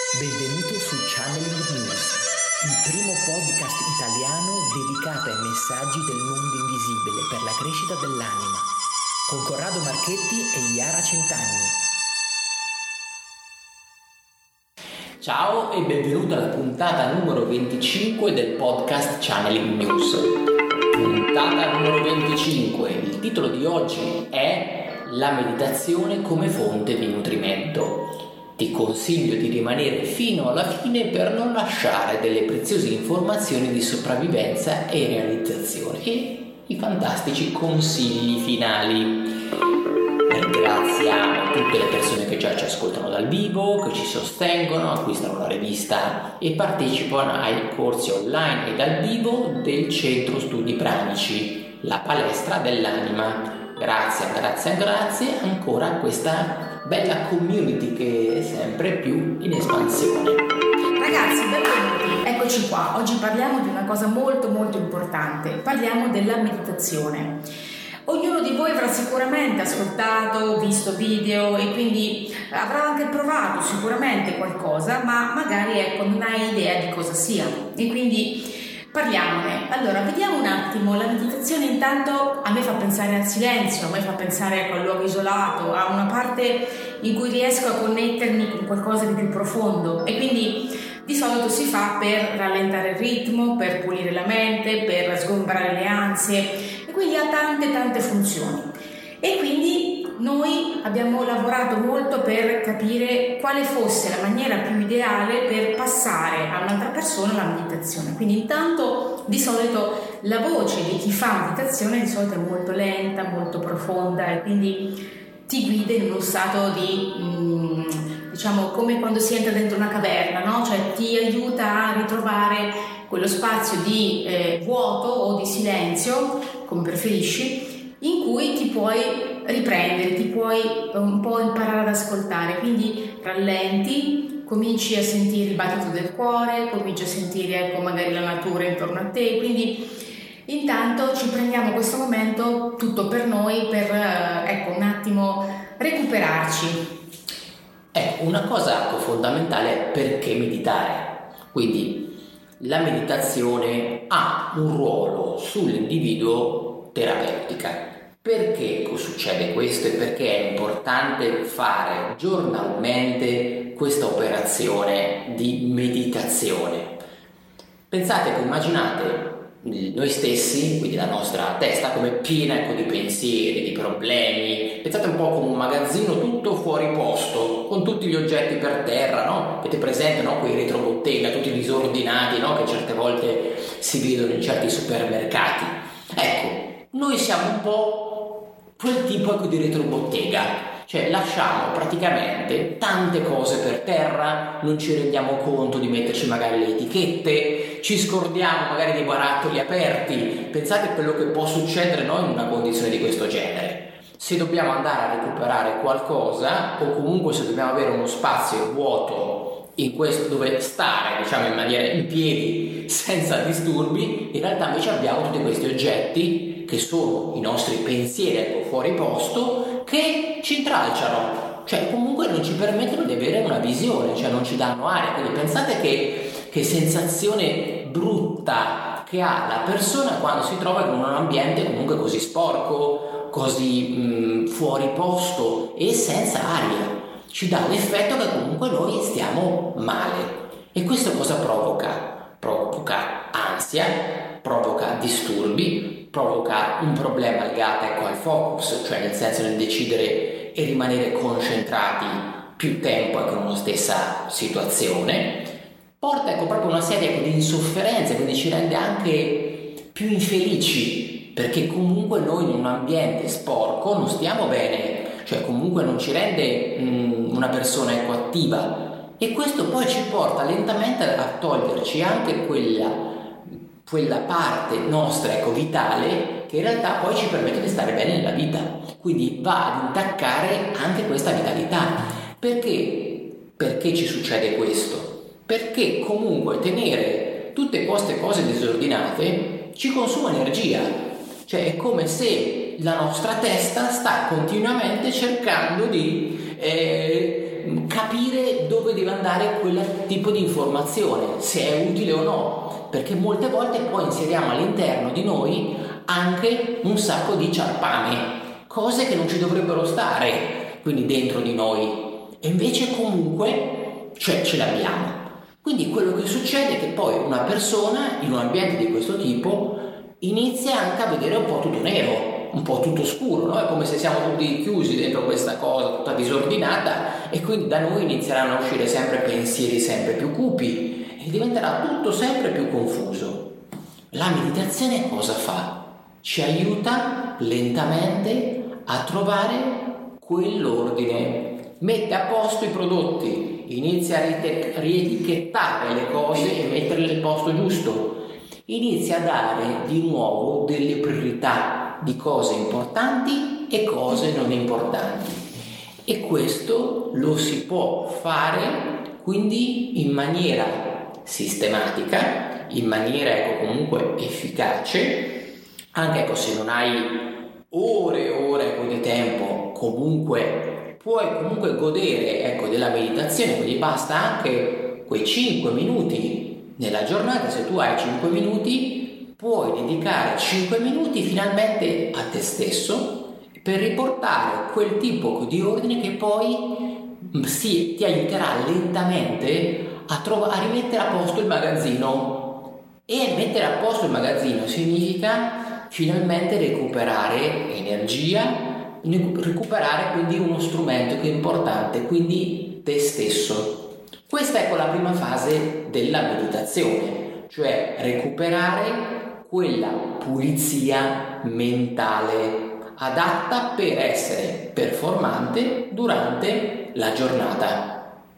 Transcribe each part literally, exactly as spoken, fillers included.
Benvenuto su Channeling News, il primo podcast italiano dedicato ai messaggi del mondo invisibile per la crescita dell'anima, con Corrado Marchetti e Yara Centanni. Ciao e benvenuto alla puntata numero venticinque del podcast Channeling News. Puntata numero venticinque, il titolo di oggi è La meditazione come fonte di nutrimento. Ti consiglio di rimanere fino alla fine per non lasciare delle preziose informazioni di sopravvivenza e realizzazione e i fantastici consigli finali. Ringraziamo tutte le persone che già ci ascoltano dal vivo, che ci sostengono, acquistano la rivista e partecipano ai corsi online e dal vivo del Centro Studi Pranici, la palestra dell'anima. Grazie, grazie, grazie ancora a questa bella community che è sempre più in espansione. Ragazzi, benvenuti, eccoci qua. Oggi parliamo di una cosa molto molto importante. Parliamo della meditazione. Ognuno di voi avrà sicuramente ascoltato, visto video e quindi avrà anche provato sicuramente qualcosa, ma magari ecco non hai idea di cosa sia. E quindi parliamone. Allora, vediamo un attimo. La meditazione intanto a me fa pensare al silenzio, a me fa pensare a un luogo isolato, a una parte in cui riesco a connettermi con qualcosa di più profondo e quindi di solito si fa per rallentare il ritmo, per pulire la mente, per sgombrare le ansie e quindi ha tante tante funzioni. E quindi noi abbiamo lavorato molto per capire quale fosse la maniera più ideale per passare a un'altra persona la meditazione. Quindi intanto di solito la voce di chi fa meditazione di solito è molto lenta, molto profonda e quindi ti guida in uno stato di, mh, diciamo, come quando si entra dentro una caverna, no? Cioè ti aiuta a ritrovare quello spazio di eh, vuoto o di silenzio, come preferisci, in cui ti puoi riprendere, ti puoi un po' imparare ad ascoltare, quindi rallenti, cominci a sentire il battito del cuore, cominci a sentire ecco magari la natura intorno a te, quindi intanto ci prendiamo questo momento tutto per noi per ecco un attimo recuperarci. Ecco, una cosa fondamentale è perché meditare, quindi la meditazione ha un ruolo sull'individuo terapeutica. Perché succede questo e perché è importante fare giornalmente questa operazione di meditazione? Pensate che immaginate noi stessi, quindi la nostra testa, come piena ecco, di pensieri, di problemi. Pensate un po' come un magazzino tutto fuori posto, con tutti gli oggetti per terra, no? Avete presente, no? Quei retrobottega tutti disordinati, no? Che certe volte si vedono in certi supermercati. Ecco, noi siamo un po' quel tipo ecco, di retrobottega. Cioè lasciamo praticamente tante cose per terra, non ci rendiamo conto di metterci magari le etichette, ci scordiamo magari dei barattoli aperti. Pensate a quello che può succedere noi in una condizione di questo genere. Se dobbiamo andare a recuperare qualcosa o comunque se dobbiamo avere uno spazio vuoto in questo dove stare, diciamo in maniera in piedi senza disturbi, in realtà invece abbiamo tutti questi oggetti che sono i nostri pensieri ecco, fuori posto, che ci intralciano, cioè comunque non ci permettono di avere una visione, cioè non ci danno aria. Quindi pensate che, che sensazione brutta che ha la persona quando si trova in un ambiente comunque così sporco, così mh, fuori posto e senza aria. Ci dà l'effetto che comunque noi stiamo male. E questo cosa provoca? Provoca ansia, provoca disturbi, provoca un problema legato ecco, al focus, cioè nel senso nel decidere e rimanere concentrati più tempo ecco, in una stessa situazione, porta ecco, proprio una serie ecco, di insofferenze, quindi ci rende anche più infelici, perché comunque noi in un ambiente sporco non stiamo bene, cioè comunque non ci rende mh, una persona ecco, attiva, e questo poi ci porta lentamente a toglierci anche quella quella parte nostra ecco vitale che in realtà poi ci permette di stare bene nella vita, quindi va ad intaccare anche questa vitalità. Perché? Perché ci succede questo? Perché comunque tenere tutte queste cose disordinate ci consuma energia, cioè è come se la nostra testa sta continuamente cercando di eh, capire dove deve andare quel tipo di informazione, se è utile o no, perché molte volte poi inseriamo all'interno di noi anche un sacco di ciarpame, cose che non ci dovrebbero stare quindi dentro di noi, e invece comunque cioè, ce l'abbiamo. Quindi quello che succede è che poi una persona in un ambiente di questo tipo inizia anche a vedere un po' tutto nero, un po' tutto scuro, no? È come se siamo tutti chiusi dentro questa cosa tutta disordinata, e quindi da noi inizieranno a uscire sempre pensieri sempre più cupi e diventerà tutto sempre più confuso. La meditazione cosa fa? Ci aiuta lentamente a trovare quell'ordine, mette a posto i prodotti, inizia a rietichettare le cose e metterle al posto giusto, inizia a dare di nuovo delle priorità di cose importanti e cose non importanti, e questo lo si può fare quindi in maniera sistematica, in maniera ecco, comunque efficace, anche ecco, se non hai ore e ore ecco, di tempo, comunque puoi comunque godere ecco, della meditazione, quindi basta anche quei cinque minuti nella giornata. Se tu hai cinque minuti, puoi dedicare cinque minuti finalmente a te stesso per riportare quel tipo di ordine che poi sì, ti aiuterà lentamente a, trov- a rimettere a posto il magazzino. E mettere a posto il magazzino significa finalmente recuperare energia, recuperare quindi uno strumento che è importante, quindi te stesso. Questa è la prima fase della meditazione, cioè recuperare quella pulizia mentale adatta per essere performante durante la giornata.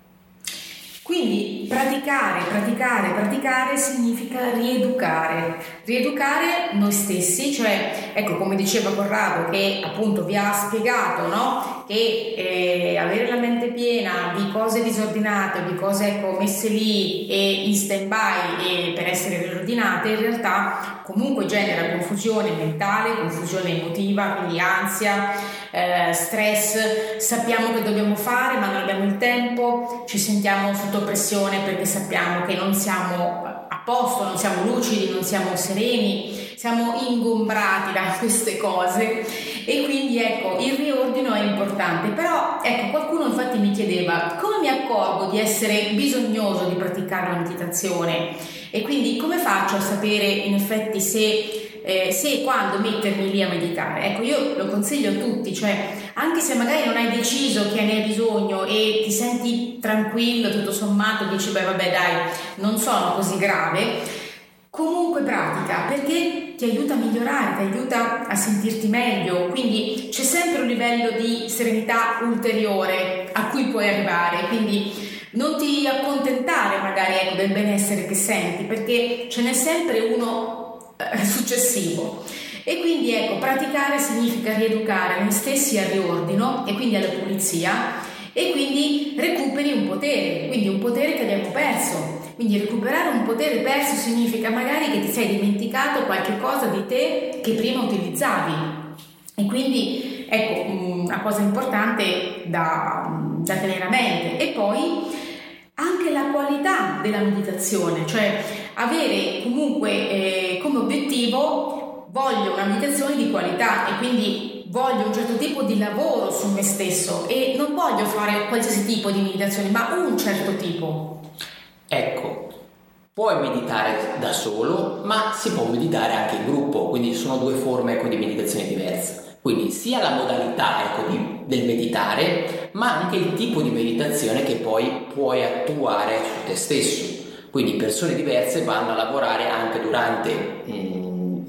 Quindi praticare, praticare, praticare significa rieducare, rieducare noi stessi, cioè ecco come diceva Corrado che appunto vi ha spiegato, no? Che eh, avere la mente piena di cose disordinate, di cose ecco messe lì e in stand by e per essere riordinate in realtà comunque genera confusione mentale, confusione emotiva, quindi ansia, eh, stress, sappiamo che dobbiamo fare ma non abbiamo il tempo, ci sentiamo sotto pressione perché sappiamo che non siamo a posto, non siamo lucidi, non siamo sereni, siamo ingombrati da queste cose, e quindi ecco il riordino è importante. Però ecco qualcuno infatti mi chiedeva come mi accorgo di essere bisognoso di praticare la meditazione, e quindi come faccio a sapere in effetti se Eh, se e quando mettermi lì a meditare. Ecco, io lo consiglio a tutti, cioè anche se magari non hai deciso che ne hai bisogno e ti senti tranquillo, tutto sommato dici beh vabbè dai, non sono così grave, comunque pratica, perché ti aiuta a migliorare, ti aiuta a sentirti meglio, quindi c'è sempre un livello di serenità ulteriore a cui puoi arrivare, quindi non ti accontentare magari ecco, del benessere che senti, perché ce n'è sempre uno successivo. E quindi ecco, praticare significa rieducare noi stessi al riordino e quindi alla pulizia, e quindi recuperi un potere, quindi un potere che abbiamo perso. Quindi recuperare un potere perso significa magari che ti sei dimenticato qualche cosa di te che prima utilizzavi, e quindi ecco una cosa importante da, da tenere a mente. E poi anche la qualità della meditazione, cioè avere comunque eh, come obiettivo voglio una meditazione di qualità, e quindi voglio un certo tipo di lavoro su me stesso, e non voglio fare qualsiasi tipo di meditazione ma un certo tipo. Ecco, puoi meditare da solo ma si può meditare anche in gruppo, quindi sono due forme ecco, di meditazione diverse. Quindi sia la modalità ecco, di, del meditare, ma anche il tipo di meditazione che poi puoi attuare su te stesso. Quindi persone diverse vanno a lavorare anche durante mm,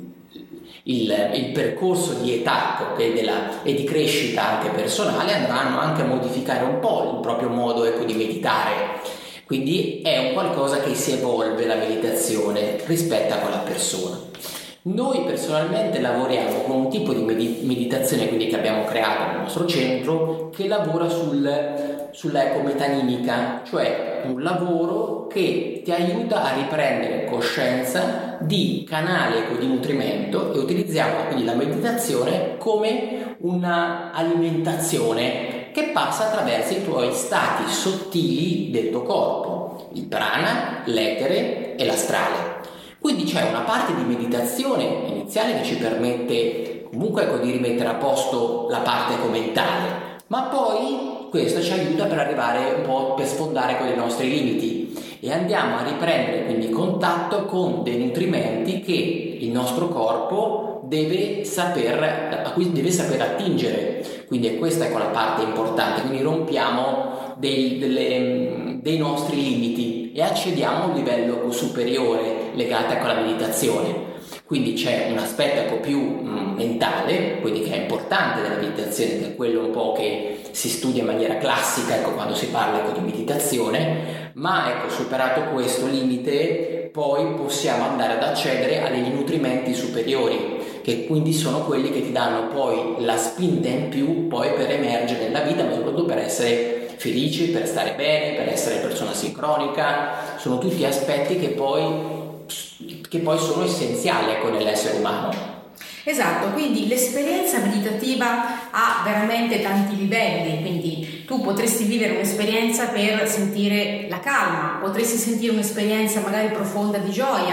il, il percorso di età okay, della, e di crescita anche personale, andranno anche a modificare un po' il proprio modo ecco, di meditare. Quindi è un qualcosa che si evolve la meditazione rispetto a quella persona. Noi personalmente lavoriamo con un tipo di meditazione quindi che abbiamo creato nel nostro centro, che lavora sul, sulla ecometanimica, cioè un lavoro che ti aiuta a riprendere coscienza di canale ecco, di nutrimento, e utilizziamo quindi la meditazione come una alimentazione che passa attraverso i tuoi stati sottili del tuo corpo, il prana, l'etere e l'astrale. Quindi c'è una parte di meditazione iniziale che ci permette comunque ecco, di rimettere a posto la parte mentale, ma poi questo ci aiuta per arrivare un po' per sfondare con i nostri limiti e andiamo a riprendere quindi contatto con dei nutrimenti che il nostro corpo deve saper, a cui deve saper attingere. Quindi questa è quella parte importante, quindi rompiamo dei, delle, dei nostri limiti e accediamo a un livello superiore legato ecco, alla meditazione. Quindi c'è un aspetto ecco, più mh, mentale, quindi che è importante della meditazione, che è quello un po' che si studia in maniera classica ecco, quando si parla ecco, di meditazione, ma ecco, superato questo limite poi possiamo andare ad accedere a degli nutrimenti superiori, che quindi sono quelli che ti danno poi la spinta in più poi per emergere nella vita, ma soprattutto per essere felici, per stare bene, per essere persona sincronica. Sono tutti aspetti che poi che poi sono essenziali ecco, nell'essere umano. Esatto, quindi l'esperienza meditativa ha veramente tanti livelli, quindi tu potresti vivere un'esperienza per sentire la calma, potresti sentire un'esperienza magari profonda di gioia,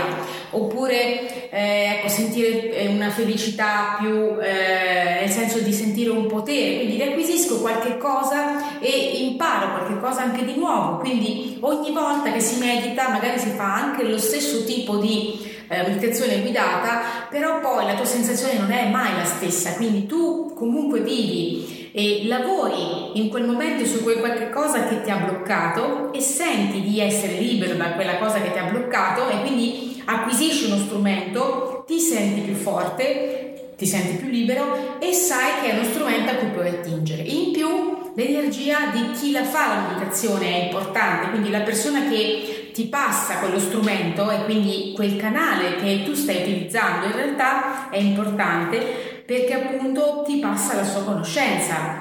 oppure eh, ecco, sentire una felicità più eh, nel senso di sentire un potere, quindi riacquisisco qualche cosa e imparo qualche cosa anche di nuovo, quindi ogni volta che si medita magari si fa anche lo stesso tipo di Eh, meditazione guidata, però poi la tua sensazione non è mai la stessa, quindi tu comunque vivi e lavori in quel momento su quel qualche cosa che ti ha bloccato e senti di essere libero da quella cosa che ti ha bloccato e quindi acquisisci uno strumento, ti senti più forte, ti senti più libero e sai che è uno strumento a cui puoi attingere. In più l'energia di chi la fa la meditazione è importante, quindi la persona che ti passa quello strumento e quindi quel canale che tu stai utilizzando in realtà è importante perché appunto ti passa la sua conoscenza,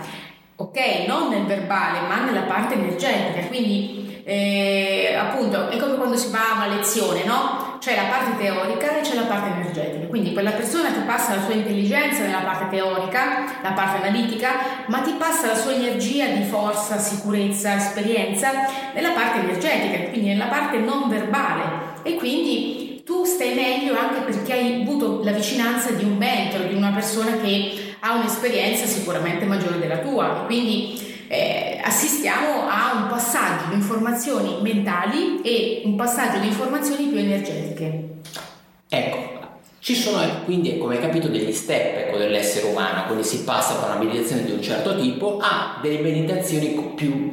ok? Non nel verbale ma nella parte energetica, quindi eh, appunto è come quando si va a una lezione, no? C'è la parte teorica e c'è la parte energetica, quindi quella persona ti passa la sua intelligenza nella parte teorica, la parte analitica, ma ti passa la sua energia di forza, sicurezza, esperienza nella parte energetica, quindi nella parte non verbale, e quindi tu stai meglio anche perché hai avuto la vicinanza di un mentore, di una persona che ha un'esperienza sicuramente maggiore della tua, e quindi Eh, assistiamo a un passaggio di informazioni mentali e un passaggio di informazioni più energetiche. Ecco, ci sono quindi, come hai capito, degli step ecco, dell'essere umano, quindi si passa da una meditazione di un certo tipo a delle meditazioni più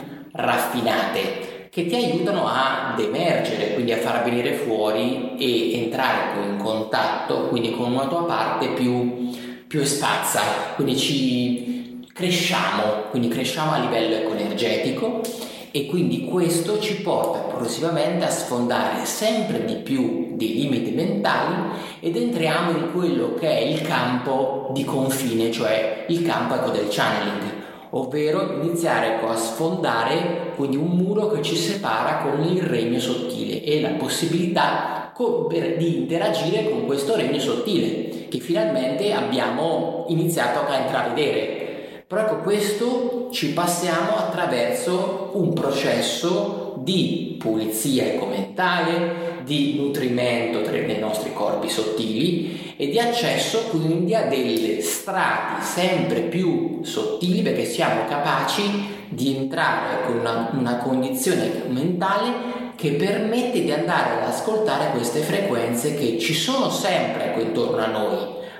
raffinate che ti aiutano ad emergere, quindi a far venire fuori e entrare in contatto quindi con una tua parte più, più espansa, quindi ci cresciamo, quindi cresciamo a livello energetico e quindi questo ci porta progressivamente a sfondare sempre di più dei limiti mentali ed entriamo in quello che è il campo di confine, cioè il campo ecco, del channeling, ovvero iniziare ecco, a sfondare quindi un muro che ci separa con il regno sottile e la possibilità co- per, di interagire con questo regno sottile che finalmente abbiamo iniziato a intravedere. Però ecco, questo ci passiamo attraverso un processo di pulizia ecco, mentale, di nutrimento dei nostri corpi sottili e di accesso quindi a delle strati sempre più sottili, perché siamo capaci di entrare con una, una condizione mentale che permette di andare ad ascoltare queste frequenze che ci sono sempre ecco, intorno a noi,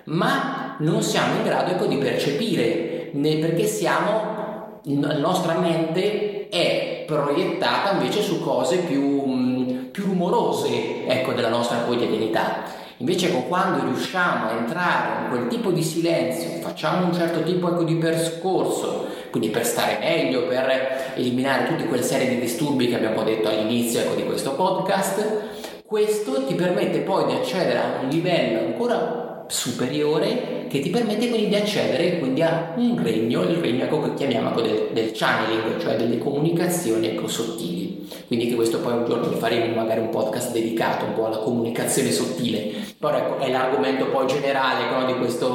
ma non siamo in grado ecco, di percepire, perché siamo, la nostra mente è proiettata invece su cose più, più rumorose ecco, della nostra quotidianità. Invece ecco, quando riusciamo a entrare in quel tipo di silenzio, facciamo un certo tipo ecco, di percorso, quindi per stare meglio, per eliminare tutte quelle serie di disturbi che abbiamo detto all'inizio ecco, di questo podcast, questo ti permette poi di accedere a un livello ancora superiore che ti permette quindi di accedere quindi a un regno, il regno ecco, che chiamiamo ecco, del, del channeling, cioè delle comunicazioni ecco, sottili. Quindi che questo poi un giorno vi faremo magari un podcast dedicato un po' alla comunicazione sottile, però ecco, è l'argomento poi generale no, di questo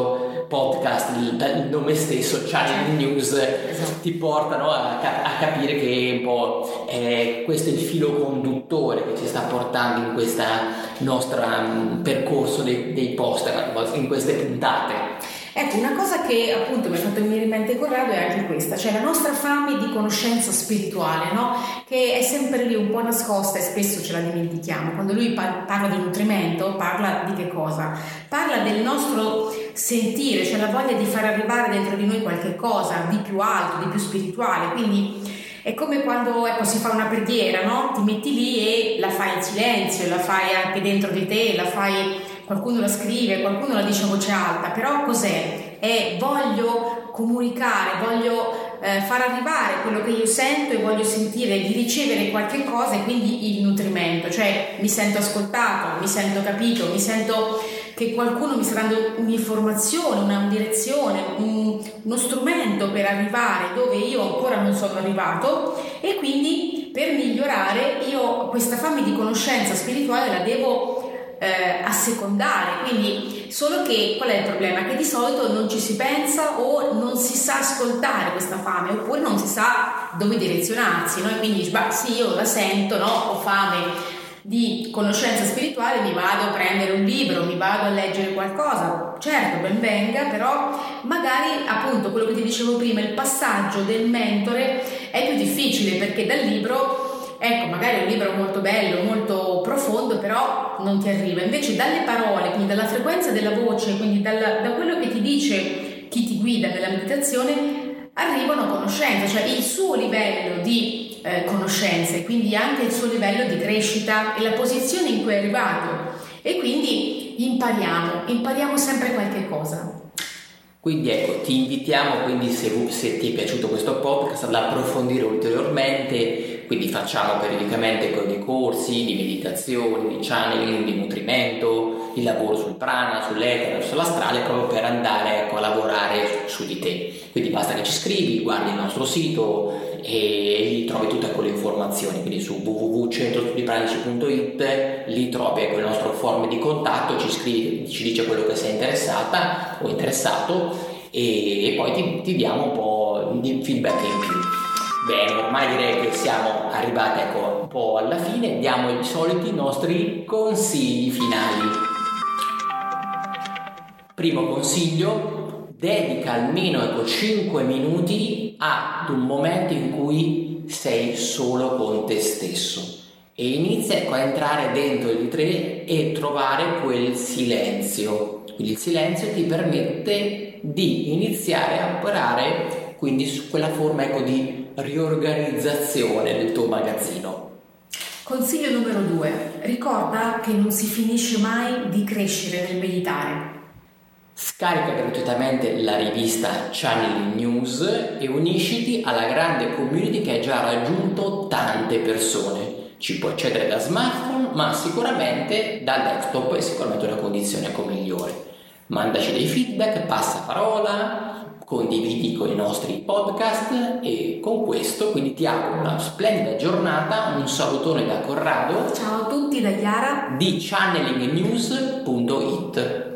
podcast, il, il nome stesso, Channeling News, esatto. ti portano a, a capire che un po' eh, questo è il filo conduttore che ci sta portando in questo nostro um, percorso dei, dei post, in queste puntate. Ecco, una cosa che appunto mi ha fatto venire in mente Corrado è anche questa, cioè la nostra fame di conoscenza spirituale, no? Che è sempre lì un po' nascosta e spesso ce la dimentichiamo. Quando lui par- parla di nutrimento, parla di che cosa? Parla del nostro sentire, cioè la voglia di far arrivare dentro di noi qualche cosa di più alto, di più spirituale, quindi è come quando ecco, si fa una preghiera, no? Ti metti lì e la fai in silenzio, la fai anche dentro di te, la fai... Qualcuno la scrive, qualcuno la dice a voce alta, però cos'è? È voglio comunicare, voglio eh, far arrivare quello che io sento e voglio sentire di ricevere qualche cosa e quindi il nutrimento, cioè mi sento ascoltato, mi sento capito, mi sento che qualcuno mi sta dando un'informazione, una direzione, un, uno strumento per arrivare dove io ancora non sono arrivato e quindi per migliorare io questa fame di conoscenza spirituale la devo Eh, assecondare, quindi solo che qual è il problema? Che di solito non ci si pensa o non si sa ascoltare questa fame oppure non si sa dove direzionarsi, no? E quindi bah, sì, io la sento, no? Ho fame di conoscenza spirituale, mi vado a prendere un libro, mi vado a leggere qualcosa, certo, ben venga, però magari appunto quello che ti dicevo prima, il passaggio del mentore è più difficile perché dal libro ecco, magari è un libro molto bello, molto profondo, però non ti arriva. Invece dalle parole, quindi dalla frequenza della voce, quindi dal, da quello che ti dice chi ti guida nella meditazione, arrivano conoscenze, cioè il suo livello di eh, conoscenze, quindi anche il suo livello di crescita e la posizione in cui è arrivato. E quindi impariamo, impariamo sempre qualche cosa. Quindi ecco, ti invitiamo, quindi se, se ti è piaciuto questo podcast, ad approfondire ulteriormente, quindi facciamo periodicamente dei corsi di meditazione, di channeling, di nutrimento, il lavoro sul prana, sull'etere, sull'astrale, proprio per andare ecco, a lavorare su, su di te. Quindi basta che ci scrivi, guardi il nostro sito e lì trovi tutte quelle informazioni, quindi su w w w punto centro studi pranici punto i t lì trovi ecco, il nostro form di contatto, ci scrivi, ci dice quello che sei interessata o interessato e, e poi ti, ti diamo un po' di feedback in più. Bene, ormai direi che siamo arrivati ecco, un po' alla fine, diamo i soliti nostri consigli finali. Primo consiglio: dedica almeno ecco, cinque minuti ad un momento in cui sei solo con te stesso e inizia ecco, a entrare dentro di te e trovare quel silenzio. Quindi il silenzio ti permette di iniziare a operare quindi su quella forma ecco, di riorganizzazione del tuo magazzino. Consiglio numero due: ricorda che non si finisce mai di crescere nel meditare. Scarica gratuitamente la rivista Channeling News e unisciti alla grande community che ha già raggiunto tante persone. Ci puoi accedere da smartphone, ma sicuramente da desktop è sicuramente una condizione ecco migliore. Mandaci dei feedback, passa parola, condividi con i nostri podcast e con questo quindi ti auguro una splendida giornata, un salutone da Corrado. Ciao a tutti da Chiara di channeling news punto i t.